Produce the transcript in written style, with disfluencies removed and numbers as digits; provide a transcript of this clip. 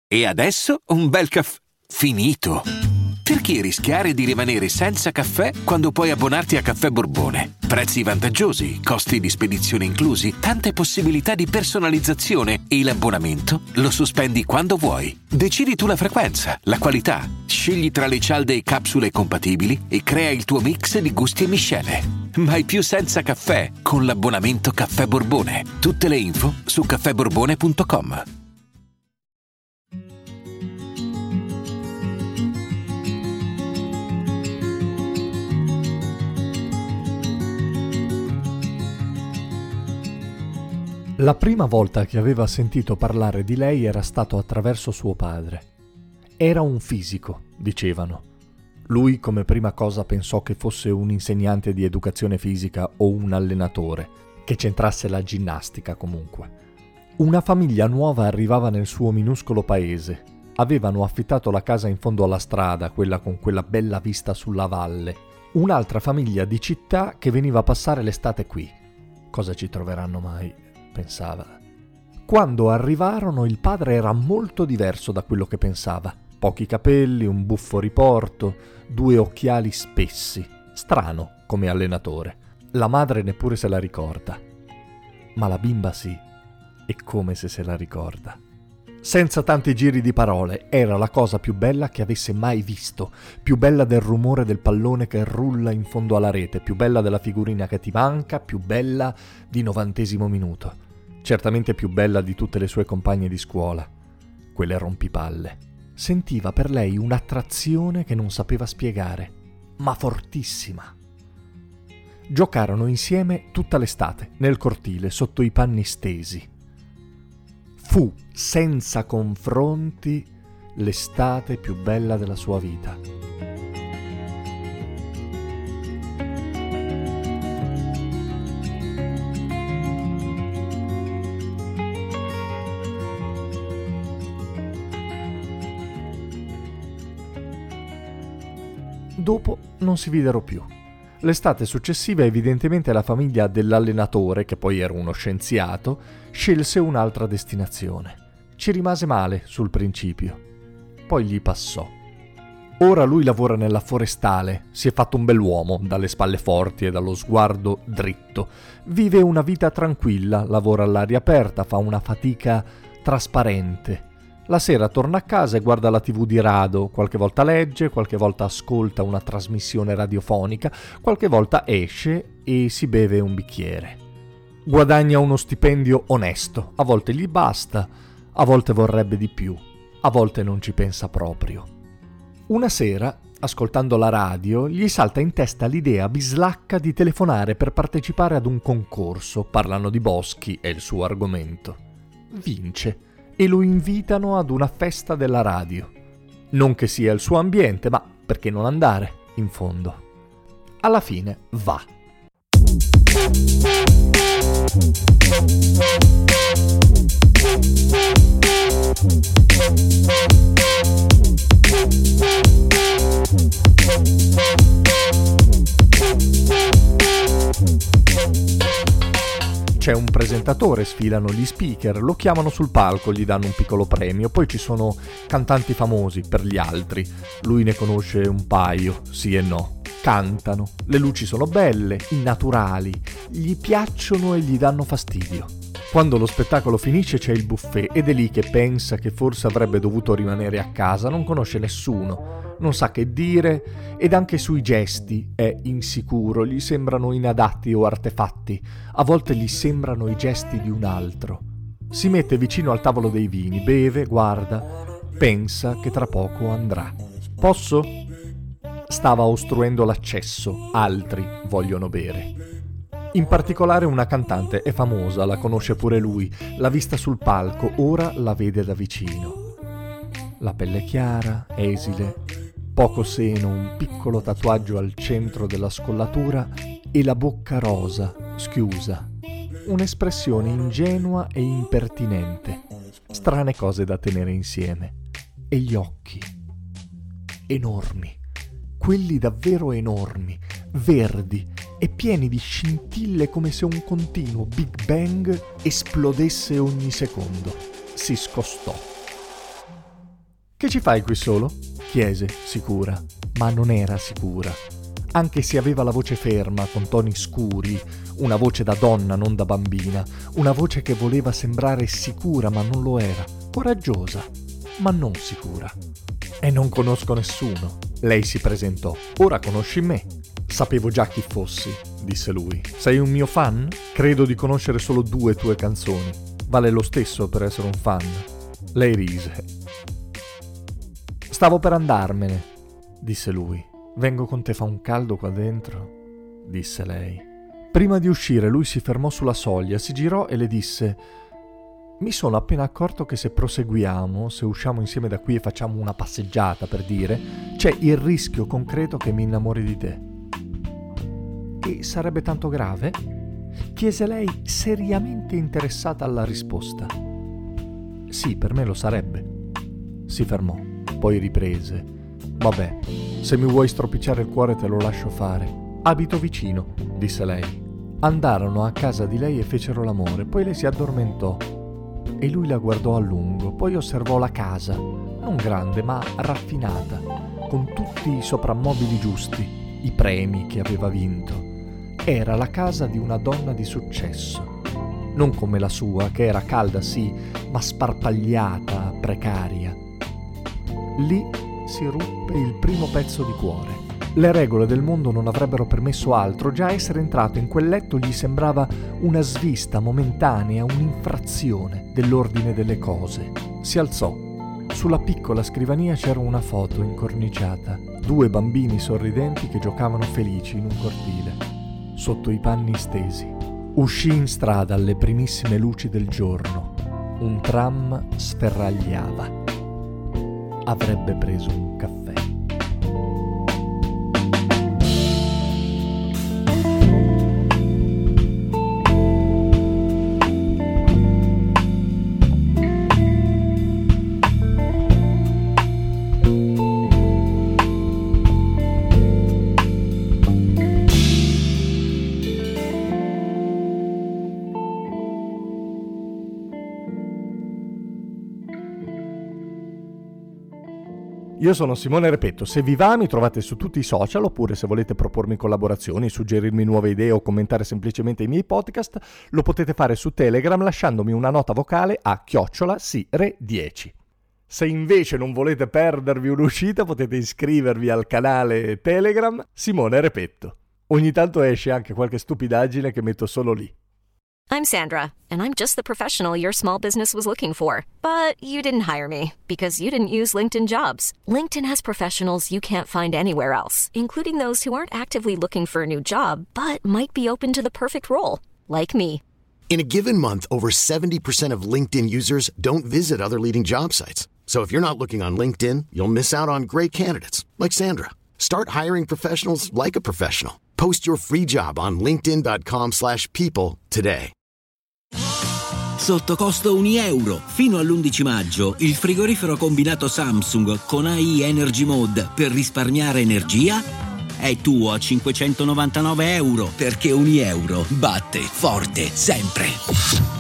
E adesso un bel caffè finito. Perché rischiare di rimanere senza caffè quando puoi abbonarti a Caffè Borbone? Prezzi vantaggiosi, costi di spedizione inclusi, tante possibilità di personalizzazione e l'abbonamento lo sospendi quando vuoi. Decidi tu la frequenza, la qualità, scegli tra le cialde e capsule compatibili e crea il tuo mix di gusti e miscele. Mai più senza caffè con l'abbonamento Caffè Borbone. Tutte le info su caffèborbone.com. La prima volta che aveva sentito parlare di lei era stato attraverso suo padre. Era un fisico, dicevano. Lui come prima cosa pensò che fosse un insegnante di educazione fisica o un allenatore, che c'entrasse la ginnastica comunque. Una famiglia nuova arrivava nel suo minuscolo paese. Avevano affittato la casa in fondo alla strada, quella con quella bella vista sulla valle. Un'altra famiglia di città che veniva a passare l'estate qui. Cosa ci troveranno mai? Pensava. Quando arrivarono il padre era molto diverso da quello che pensava. Pochi capelli, un buffo riporto, 2 occhiali spessi. Strano come allenatore. La madre neppure se la ricorda. Ma la bimba sì. E come se la ricorda. Senza tanti giri di parole, era la cosa più bella che avesse mai visto. Più bella del rumore del pallone che rulla in fondo alla rete, più bella della figurina che ti manca, più bella di 90° minuto. Certamente più bella di tutte le sue compagne di scuola, quelle rompipalle. Sentiva per lei un'attrazione che non sapeva spiegare, ma fortissima. Giocarono insieme tutta l'estate, nel cortile, sotto i panni stesi. Fu, senza confronti, l'estate più bella della sua vita. Dopo non si videro più. L'estate successiva evidentemente la famiglia dell'allenatore, che poi era uno scienziato, scelse un'altra destinazione. Ci rimase male sul principio. Poi gli passò. Ora lui lavora nella forestale, si è fatto un bell'uomo, dalle spalle forti e dallo sguardo dritto. Vive una vita tranquilla, lavora all'aria aperta, fa una fatica trasparente. La sera torna a casa e guarda la TV di rado, qualche volta legge, qualche volta ascolta una trasmissione radiofonica, qualche volta esce e si beve un bicchiere. Guadagna uno stipendio onesto, a volte gli basta, a volte vorrebbe di più, a volte non ci pensa proprio. Una sera, ascoltando la radio, gli salta in testa l'idea bislacca di telefonare per partecipare ad un concorso, parlano di boschi, è il suo argomento. Vince. E lo invitano ad una festa della radio. Non che sia il suo ambiente, ma perché non andare, in fondo? Alla fine va. C'è un presentatore, sfilano gli speaker, lo chiamano sul palco, gli danno un piccolo premio, poi ci sono cantanti famosi per gli altri, lui ne conosce un paio, sì e no. Cantano, le luci sono belle, naturali, gli piacciono e gli danno fastidio. Quando lo spettacolo finisce c'è il buffet ed è lì che pensa che forse avrebbe dovuto rimanere a casa, non conosce nessuno, non sa che dire ed anche sui gesti è insicuro, gli sembrano inadatti o artefatti, a volte gli sembrano i gesti di un altro. Si mette vicino al tavolo dei vini, beve, guarda, pensa che tra poco andrà. Posso? Stava ostruendo l'accesso, altri vogliono bere. In particolare una cantante è famosa, la conosce pure lui, l'ha vista sul palco, ora la vede da vicino. La pelle chiara, esile, poco seno, un piccolo tatuaggio al centro della scollatura e la bocca rosa, schiusa. Un'espressione ingenua e impertinente. Strane cose da tenere insieme. E gli occhi. Enormi. Quelli davvero enormi, verdi e pieni di scintille come se un continuo Big Bang esplodesse ogni secondo. Si scostò. Che ci fai qui solo? Chiese, sicura, ma non era sicura. Anche se aveva la voce ferma, con toni scuri, una voce da donna, non da bambina, una voce che voleva sembrare sicura, ma non lo era, coraggiosa, ma non sicura. E non conosco nessuno. Lei si presentò. Ora conosci me. Sapevo già chi fossi, disse lui. Sei un mio fan? Credo di conoscere solo 2 tue canzoni. Vale lo stesso per essere un fan. Lei rise. Stavo per andarmene, disse lui. Vengo con te, fa un caldo qua dentro, disse lei. Prima di uscire lui si fermò sulla soglia, si girò e le disse: mi sono appena accorto che se proseguiamo, se usciamo insieme da qui e facciamo una passeggiata, per dire, c'è il rischio concreto che mi innamori di te. E sarebbe tanto grave? Chiese lei, seriamente interessata alla risposta. Sì, per me lo sarebbe. Si fermò, poi riprese. Vabbè, se mi vuoi stropicciare il cuore te lo lascio fare. Abito vicino, disse lei. Andarono a casa di lei e fecero l'amore, poi lei si addormentò. E lui la guardò a lungo, poi osservò la casa, non grande ma raffinata, con tutti i soprammobili giusti, i premi che aveva vinto. Era la casa di una donna di successo, non come la sua, che era calda sì, ma sparpagliata, precaria. Lì si ruppe il primo pezzo di cuore. Le regole del mondo non avrebbero permesso altro, già essere entrato in quel letto gli sembrava una svista momentanea, un'infrazione dell'ordine delle cose. Si alzò. Sulla piccola scrivania c'era una foto incorniciata, 2 bambini sorridenti che giocavano felici in un cortile, sotto i panni stesi. Uscì in strada alle primissime luci del giorno. Un tram sferragliava. Avrebbe preso un caffè. Io sono Simone Repetto, se vi va mi trovate su tutti i social, oppure se volete propormi collaborazioni, suggerirmi nuove idee o commentare semplicemente i miei podcast, lo potete fare su Telegram lasciandomi una nota vocale a @sire10. Se invece non volete perdervi un'uscita potete iscrivervi al canale Telegram Simone Repetto. Ogni tanto esce anche qualche stupidaggine che metto solo lì. I'm Sandra, and I'm just the professional your small business was looking for. But you didn't hire me, because you didn't use LinkedIn Jobs. LinkedIn has professionals you can't find anywhere else, including those who aren't actively looking for a new job, but might be open to the perfect role, like me. In a given month, over 70% of LinkedIn users don't visit other leading job sites. So if you're not looking on LinkedIn, you'll miss out on great candidates, like Sandra. Start hiring professionals like a professional. Post your free job on linkedin.com/people today. Sotto costo €1. Fino all'11 maggio il frigorifero combinato Samsung con AI Energy Mode per risparmiare energia è tuo a €599, perché €1 batte forte sempre.